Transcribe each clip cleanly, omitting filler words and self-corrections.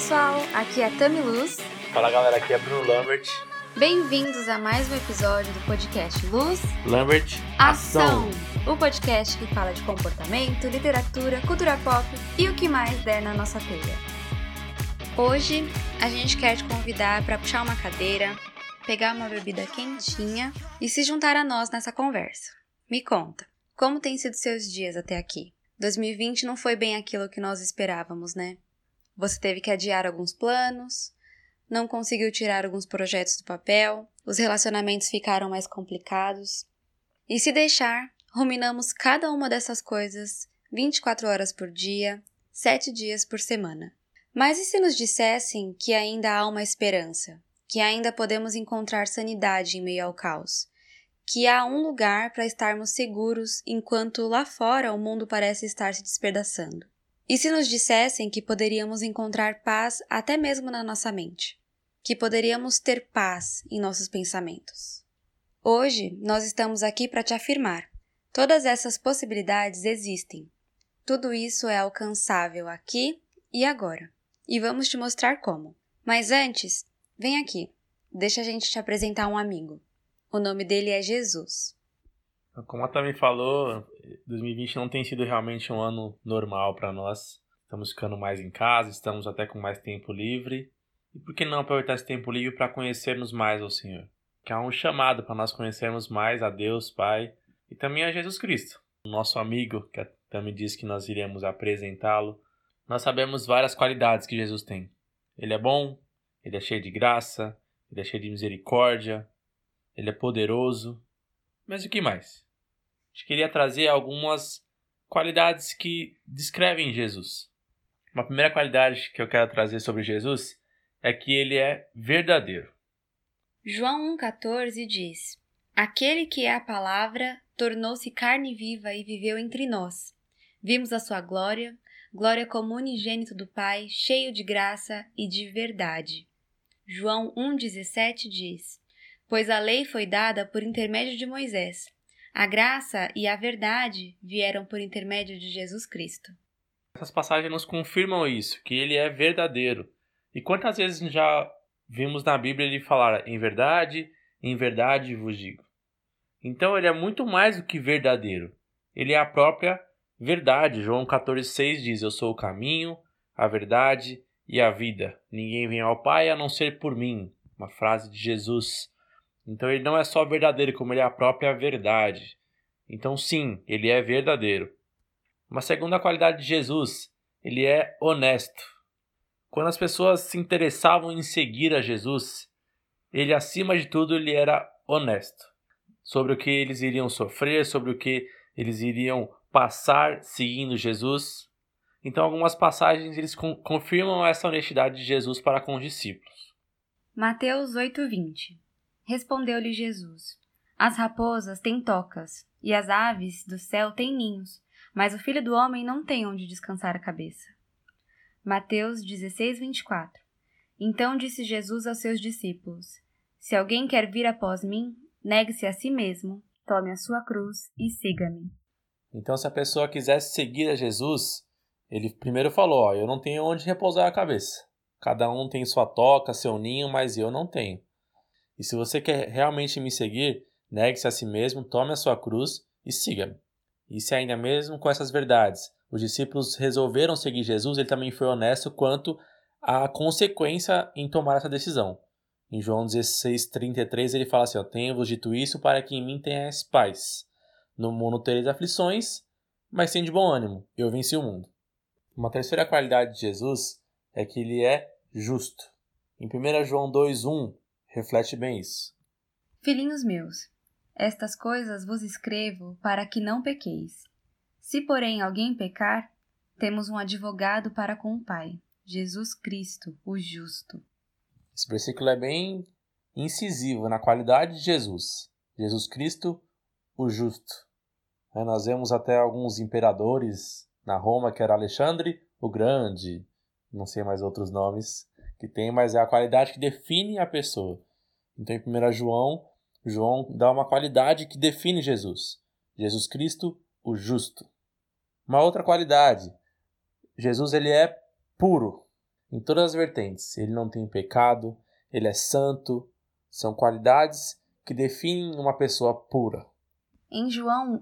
pessoal, aqui é Tami Luz. Fala galera, aqui é Bruno Lambert. Bem-vindos a mais um episódio do podcast Luz, Lambert, Ação! O podcast que fala de comportamento, literatura, cultura pop e o que mais der na nossa telha. Hoje a gente quer te convidar para puxar uma cadeira, pegar uma bebida quentinha e se juntar a nós nessa conversa. Me conta, como têm sido seus dias até aqui? 2020 não foi bem aquilo que nós esperávamos, né? Você teve que adiar alguns planos, não conseguiu tirar alguns projetos do papel, os relacionamentos ficaram mais complicados. E se deixar, ruminamos cada uma dessas coisas 24 horas por dia, 7 dias por semana. Mas e se nos dissessem que ainda há uma esperança, que ainda podemos encontrar sanidade em meio ao caos, que há um lugar para estarmos seguros enquanto lá fora o mundo parece estar se despedaçando? E se nos dissessem que poderíamos encontrar paz até mesmo na nossa mente? Que poderíamos ter paz em nossos pensamentos? Hoje, nós estamos aqui para te afirmar. Todas essas possibilidades existem. Tudo isso é alcançável aqui e agora. E vamos te mostrar como. Mas antes, vem aqui. Deixa a gente te apresentar um amigo. O nome dele é Jesus. Como a Tami falou, 2020 não tem sido realmente um ano normal para nós. Estamos ficando mais em casa, estamos até com mais tempo livre. E por que não aproveitar esse tempo livre para conhecermos mais ao Senhor? Que há um chamado para nós conhecermos mais a Deus, Pai, e também a Jesus Cristo. O nosso amigo, que a Tami disse que nós iremos apresentá-lo. Nós sabemos várias qualidades que Jesus tem. Ele é bom, ele é cheio de graça, ele é cheio de misericórdia, ele é poderoso. Mas o que mais? A gente queria trazer algumas qualidades que descrevem Jesus. Uma primeira qualidade que eu quero trazer sobre Jesus é que ele é verdadeiro. João 1,14 diz: Aquele que é a palavra tornou-se carne viva e viveu entre nós. Vimos a sua glória, glória como unigênito do Pai, cheio de graça e de verdade. João 1,17 diz: Pois a lei foi dada por intermédio de Moisés. A graça e a verdade vieram por intermédio de Jesus Cristo. Essas passagens nos confirmam isso, que ele é verdadeiro. E quantas vezes já vimos na Bíblia ele falar em verdade vos digo. Então ele é muito mais do que verdadeiro. Ele é a própria verdade. João 14,6 diz: Eu sou o caminho, a verdade e a vida. Ninguém vem ao Pai a não ser por mim. Uma frase de Jesus. Então ele não é só verdadeiro, como ele é a própria verdade. Então sim, ele é verdadeiro. Uma segunda qualidade de Jesus, ele é honesto. Quando as pessoas se interessavam em seguir a Jesus, ele acima de tudo ele era honesto. Sobre o que eles iriam sofrer, sobre o que eles iriam passar seguindo Jesus. Então algumas passagens eles confirmam essa honestidade de Jesus para com os discípulos. Mateus 8,20 Respondeu-lhe Jesus: As raposas têm tocas, e as aves do céu têm ninhos, mas o Filho do Homem não tem onde descansar a cabeça. Mateus 16:24 Então disse Jesus aos seus discípulos: Se alguém quer vir após mim, negue-se a si mesmo, tome a sua cruz e siga-me. Então se a pessoa quisesse seguir a Jesus, ele primeiro falou: eu não tenho onde repousar a cabeça. Cada um tem sua toca, seu ninho, mas eu não tenho. E se você quer realmente me seguir, negue-se a si mesmo, tome a sua cruz e siga-me. E se ainda mesmo com essas verdades os discípulos resolveram seguir Jesus, ele também foi honesto quanto à consequência em tomar essa decisão. Em João 16:33 ele fala assim: Eu tenho-vos dito isso para que em mim tenhais paz. No mundo tereis aflições, mas tende bom ânimo, eu venci o mundo. Uma terceira qualidade de Jesus é que ele é justo. Em 1 João 2:1 reflete bem isso. Filhinhos meus, estas coisas vos escrevo para que não pequeis. Se, porém, alguém pecar, temos um advogado para com o Pai, Jesus Cristo, o justo. Esse versículo é bem incisivo na qualidade de Jesus. Jesus Cristo, o justo. Nós vemos até alguns imperadores na Roma, que era Alexandre o Grande, não sei mais outros nomes que tem, mas é a qualidade que define a pessoa. Então em 1 João dá uma qualidade que define Jesus. Jesus Cristo, o justo. Uma outra qualidade, Jesus ele é puro. em todas as vertentes. Ele não tem pecado, ele é santo. São qualidades que definem uma pessoa pura. Em João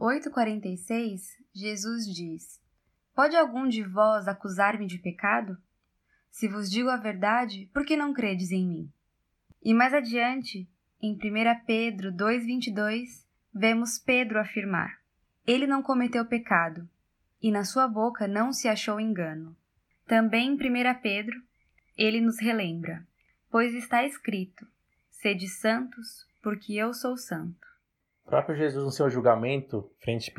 8,46, Jesus diz: Pode algum de vós acusar-me de pecado? Se vos digo a verdade, por que não credes em mim? E mais adiante, em 1 Pedro 2,22, vemos Pedro afirmar: Ele não cometeu pecado, e na sua boca não se achou engano. Também em 1 Pedro, ele nos relembra: Pois está escrito: Sede santos, porque eu sou santo. O próprio Jesus, no seu julgamento, frente a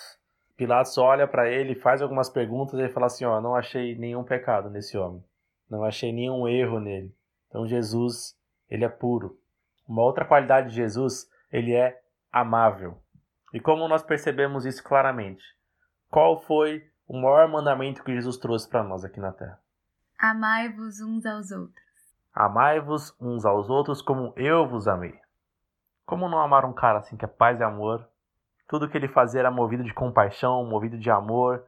Pilatos olha para ele, faz algumas perguntas e fala assim, não achei nenhum pecado nesse homem. Não achei nenhum erro nele. Então Jesus, ele é puro. Uma outra qualidade de Jesus, ele é amável. E como nós percebemos isso claramente? Qual foi o maior mandamento que Jesus trouxe para nós aqui na Terra? Amai-vos uns aos outros. Amai-vos uns aos outros como eu vos amei. Como não amar um cara assim que é paz e amor? Tudo que ele fazia era movido de compaixão, movido de amor.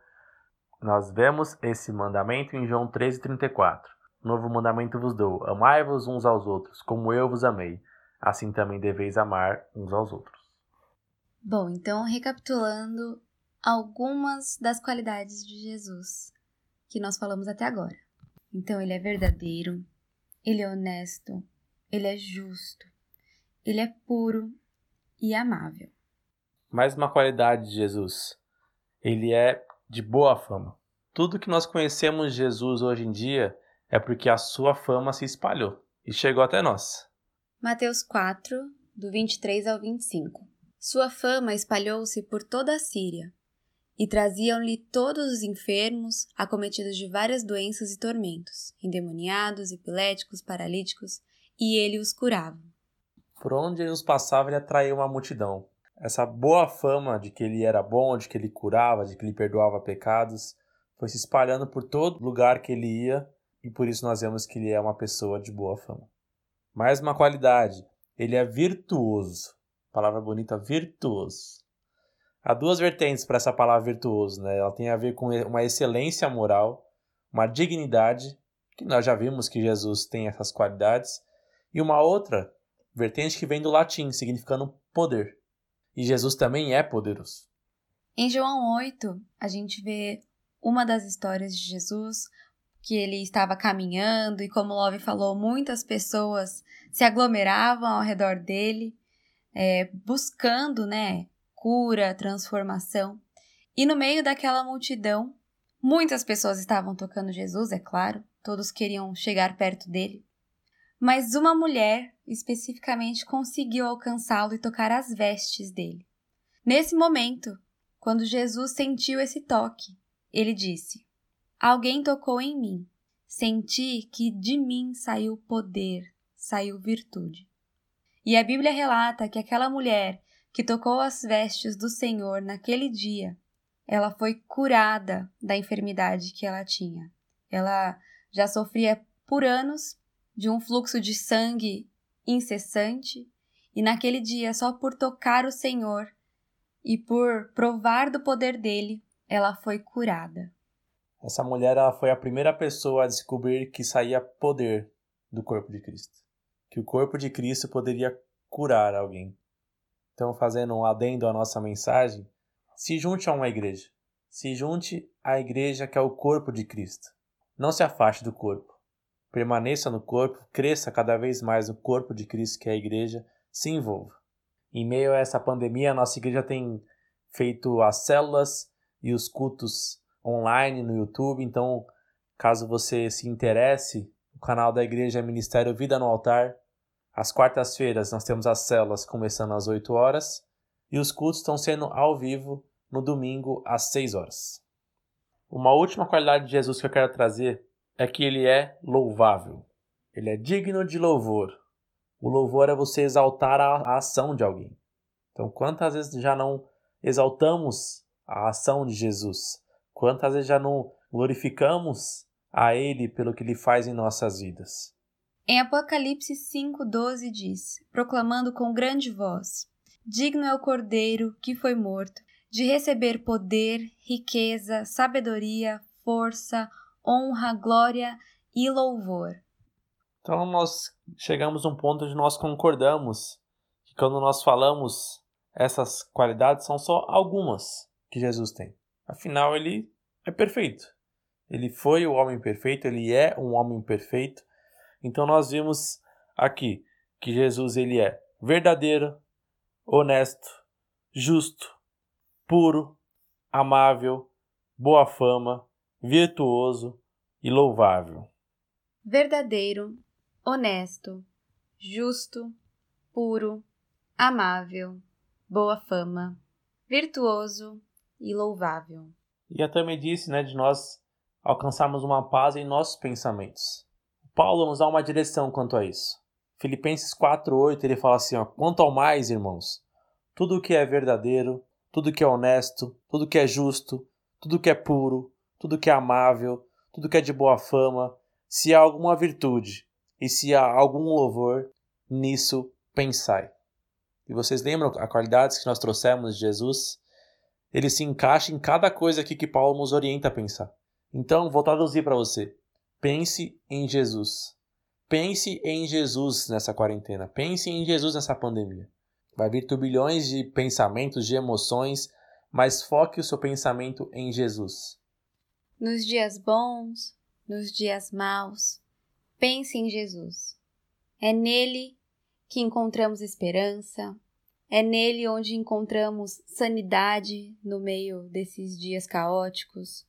Nós vemos esse mandamento em João 13,34. Novo mandamento vos dou, amai-vos uns aos outros, como eu vos amei. Assim também deveis amar uns aos outros. Bom, então recapitulando algumas das qualidades de Jesus que nós falamos até agora. Então ele é verdadeiro, ele é honesto, ele é justo, ele é puro e amável. Mais uma qualidade de Jesus. Ele é de boa fama. Tudo que nós conhecemos de Jesus hoje em dia é porque a sua fama se espalhou e chegou até nós. Mateus 4, do 23 ao 25. Sua fama espalhou-se por toda a Síria, e traziam-lhe todos os enfermos, acometidos de várias doenças e tormentos, endemoniados, epiléticos, paralíticos, e ele os curava. Por onde Jesus passava, ele atraía uma multidão. Essa boa fama de que ele era bom, de que ele curava, de que ele perdoava pecados, foi se espalhando por todo lugar que ele ia, e por isso nós vemos que ele é uma pessoa de boa fama. Mais uma qualidade, ele é virtuoso. Palavra bonita, virtuoso. Há duas vertentes para essa palavra virtuoso, né? Ela tem a ver com uma excelência moral, uma dignidade, que nós já vimos que Jesus tem essas qualidades, e uma outra vertente que vem do latim, significando poder. E Jesus também é poderoso. Em João 8, a gente vê uma das histórias de Jesus, que ele estava caminhando e, como o Love falou, muitas pessoas se aglomeravam ao redor dele, buscando, cura, transformação. E no meio daquela multidão, muitas pessoas estavam tocando Jesus, é claro, todos queriam chegar perto dele. Mas uma mulher, especificamente, conseguiu alcançá-lo e tocar as vestes dele. Nesse momento, quando Jesus sentiu esse toque, ele disse: Alguém tocou em mim. Senti que de mim saiu poder, saiu virtude. E a Bíblia relata que aquela mulher que tocou as vestes do Senhor naquele dia, ela foi curada da enfermidade que ela tinha. Ela já sofria por anos de um fluxo de sangue incessante, e naquele dia, só por tocar o Senhor e por provar do poder dele, ela foi curada. Essa mulher ela foi a primeira pessoa a descobrir que saía poder do corpo de Cristo. Que o corpo de Cristo poderia curar alguém. Então, fazendo um adendo à nossa mensagem, se junte a uma igreja. Se junte à igreja que é o corpo de Cristo. Não se afaste do corpo. Permaneça no corpo, cresça cada vez mais no corpo de Cristo, que é a igreja, se envolva. Em meio a essa pandemia, a nossa igreja tem feito as células e os cultos online no YouTube. Então, caso você se interesse, o canal da igreja é Ministério Vida no Altar. Às quartas-feiras nós temos as células começando às 8 horas e os cultos estão sendo ao vivo no domingo às 6 horas. Uma última qualidade de Jesus que eu quero trazer é que ele é louvável. Ele é digno de louvor. O louvor é você exaltar a ação de alguém. Então, quantas vezes já não exaltamos a ação de Jesus? Quantas vezes já não glorificamos a ele pelo que ele faz em nossas vidas? Em Apocalipse 5:12 diz, proclamando com grande voz: Digno é o Cordeiro que foi morto, de receber poder, riqueza, sabedoria, força, honra, glória e louvor. Então nós chegamos a um ponto onde nós concordamos que quando nós falamos essas qualidades são só algumas que Jesus tem. Afinal, ele é perfeito. Ele foi o homem perfeito, ele é um homem perfeito. Então nós vimos aqui que Jesus ele é verdadeiro, honesto, justo, puro, amável, boa fama, virtuoso e louvável. Verdadeiro, honesto, justo, puro, amável, boa fama, virtuoso e louvável. E eu também disse, de nós alcançarmos uma paz em nossos pensamentos. Paulo nos dá uma direção quanto a isso. Filipenses 4:8, ele fala assim, quanto ao mais, irmãos, tudo que é verdadeiro, tudo que é honesto, tudo que é justo, tudo que é puro, tudo que é amável, tudo que é de boa fama, se há alguma virtude e se há algum louvor, nisso pensai. E vocês lembram as qualidades que nós trouxemos de Jesus? Ele se encaixa em cada coisa aqui que Paulo nos orienta a pensar. Então, vou traduzir para você. Pense em Jesus. Pense em Jesus nessa quarentena. Pense em Jesus nessa pandemia. Vai vir turbilhões de pensamentos, de emoções, mas foque o seu pensamento em Jesus. Nos dias bons, nos dias maus, pense em Jesus. É nele que encontramos esperança, é nele onde encontramos sanidade no meio desses dias caóticos.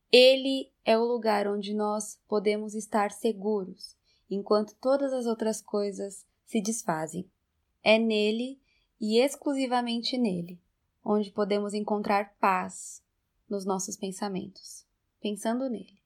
Ele é o lugar onde nós podemos estar seguros, enquanto todas as outras coisas se desfazem. É nele e exclusivamente nele, onde podemos encontrar paz nos nossos pensamentos, pensando nele.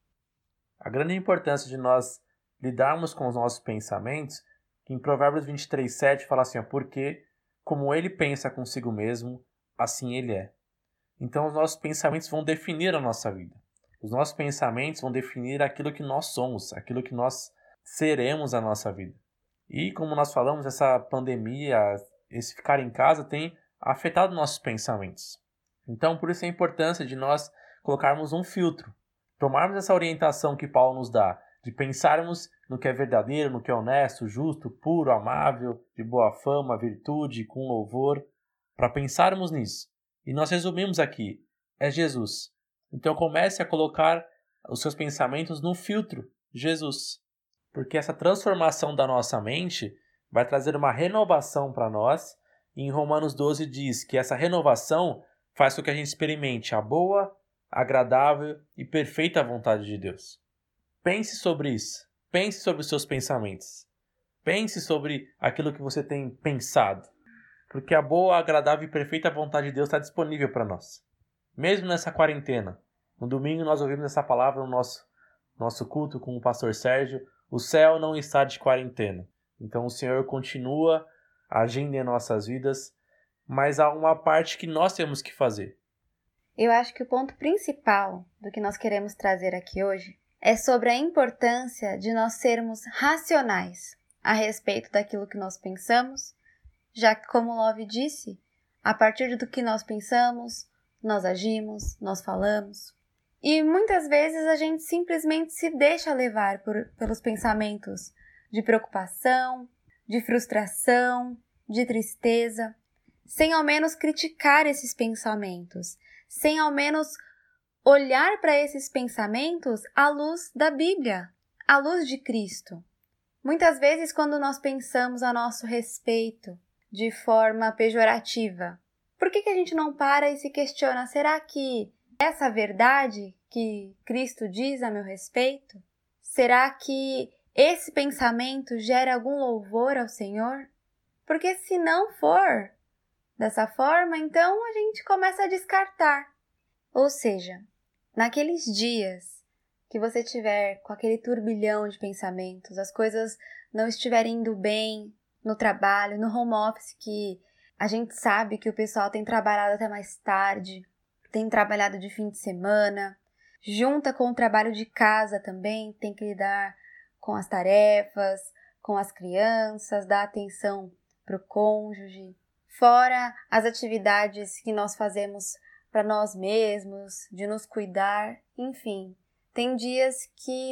A grande importância de nós lidarmos com os nossos pensamentos, que em Provérbios 23:7 fala assim, porque como ele pensa consigo mesmo, assim ele é. Então os nossos pensamentos vão definir a nossa vida. Os nossos pensamentos vão definir aquilo que nós somos, aquilo que nós seremos na nossa vida. E como nós falamos, essa pandemia, esse ficar em casa tem afetado nossos pensamentos. Então por isso a importância de nós colocarmos um filtro, tomarmos essa orientação que Paulo nos dá, de pensarmos no que é verdadeiro, no que é honesto, justo, puro, amável, de boa fama, virtude, com louvor, para pensarmos nisso. E nós resumimos aqui, é Jesus. Então comece a colocar os seus pensamentos no filtro, Jesus. Porque essa transformação da nossa mente vai trazer uma renovação para nós. E em Romanos 12 diz que essa renovação faz com que a gente experimente a boa, agradável e perfeita vontade de Deus. Pense sobre isso. Pense sobre os seus pensamentos. Pense sobre aquilo que você tem pensado. Porque a boa, agradável e perfeita vontade de Deus está disponível para nós. Mesmo nessa quarentena. No domingo nós ouvimos essa palavra no nosso culto com o pastor Sérgio. O céu não está de quarentena. Então o Senhor continua agindo em nossas vidas. Mas há uma parte que nós temos que fazer. Eu acho que o ponto principal do que nós queremos trazer aqui hoje é sobre a importância de nós sermos racionais a respeito daquilo que nós pensamos, já que, como Love disse, a partir do que nós pensamos, nós agimos, nós falamos. E muitas vezes a gente simplesmente se deixa levar pelos pensamentos de preocupação, de frustração, de tristeza, sem ao menos criticar esses pensamentos, sem ao menos olhar para esses pensamentos à luz da Bíblia, à luz de Cristo. Muitas vezes, quando nós pensamos a nosso respeito de forma pejorativa, por que a gente não para e se questiona, será que essa verdade que Cristo diz a meu respeito, será que esse pensamento gera algum louvor ao Senhor? Porque se não for dessa forma, então a gente começa a descartar. Ou seja, naqueles dias que você tiver com aquele turbilhão de pensamentos, as coisas não estiverem indo bem no trabalho, no home office, que a gente sabe que o pessoal tem trabalhado até mais tarde, tem trabalhado de fim de semana, junta com o trabalho de casa também, tem que lidar com as tarefas, com as crianças, dar atenção para o cônjuge, fora as atividades que nós fazemos para nós mesmos, de nos cuidar, enfim. Tem dias que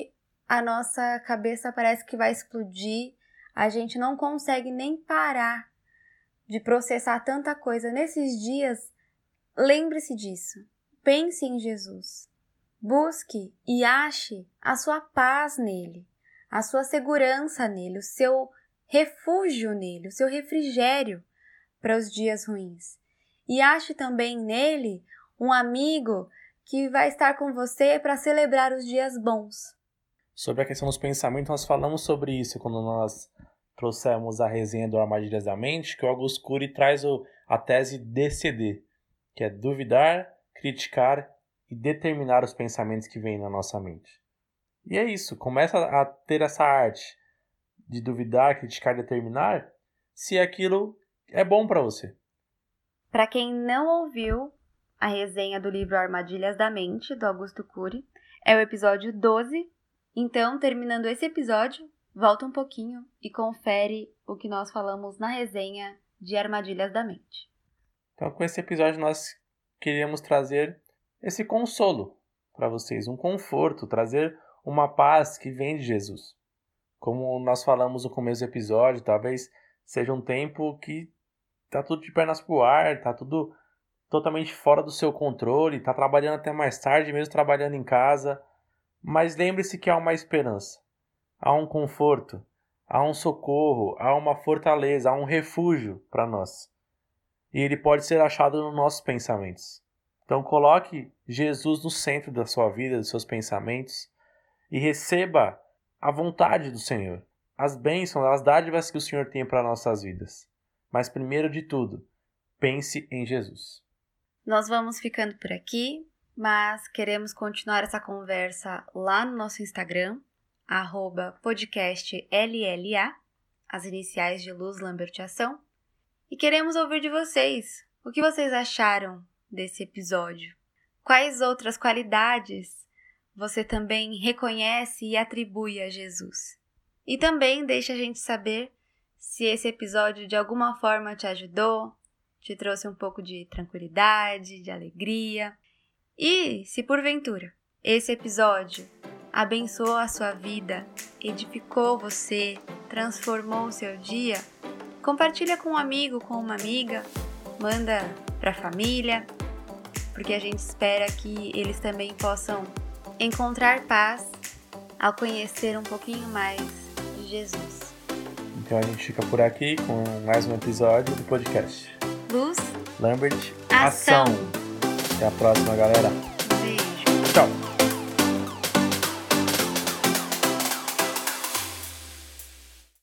a nossa cabeça parece que vai explodir, a gente não consegue nem parar de processar tanta coisa nesses dias. Lembre-se disso. Pense em Jesus. Busque e ache a sua paz nele, a sua segurança nele, o seu refúgio nele, o seu refrigério para os dias ruins. E ache também nele um amigo que vai estar com você para celebrar os dias bons. Sobre a questão dos pensamentos, nós falamos sobre isso quando nós trouxemos a resenha do Armadilhas da Mente, que o Augusto Cury traz a tese DCD, que é duvidar, criticar e determinar os pensamentos que vêm na nossa mente. E é isso, começa a ter essa arte de duvidar, criticar e determinar se aquilo é bom para você. Para quem não ouviu a resenha do livro Armadilhas da Mente, do Augusto Cury, é o episódio 12. Então, terminando esse episódio, volta um pouquinho e confere o que nós falamos na resenha de Armadilhas da Mente. Então, com esse episódio, nós queríamos trazer esse consolo para vocês, um conforto, trazer uma paz que vem de Jesus. Como nós falamos no começo do episódio, talvez seja um tempo que está tudo de pernas pro ar, está tudo totalmente fora do seu controle, está trabalhando até mais tarde, mesmo trabalhando em casa. Mas lembre-se que há uma esperança, há um conforto, há um socorro, há uma fortaleza, há um refúgio para nós. E ele pode ser achado nos nossos pensamentos. Então coloque Jesus no centro da sua vida, dos seus pensamentos, e receba a vontade do Senhor, as bênçãos, as dádivas que o Senhor tem para nossas vidas. Mas primeiro de tudo, pense em Jesus. Nós vamos ficando por aqui, mas queremos continuar essa conversa lá no nosso Instagram, @podcastlla, as iniciais de Luz Lambert Ação. E queremos ouvir de vocês. O que vocês acharam desse episódio? Quais outras qualidades você também reconhece e atribui a Jesus? E também deixe a gente saber se esse episódio de alguma forma te ajudou, te trouxe um pouco de tranquilidade, de alegria. E se porventura esse episódio abençoou a sua vida, edificou você, transformou o seu dia, compartilha com um amigo, com uma amiga, manda para a família, porque a gente espera que eles também possam encontrar paz ao conhecer um pouquinho mais de Jesus. Então a gente fica por aqui com mais um episódio do podcast Luz Lambert Ação. Até a próxima, galera. Beijo. Tchau.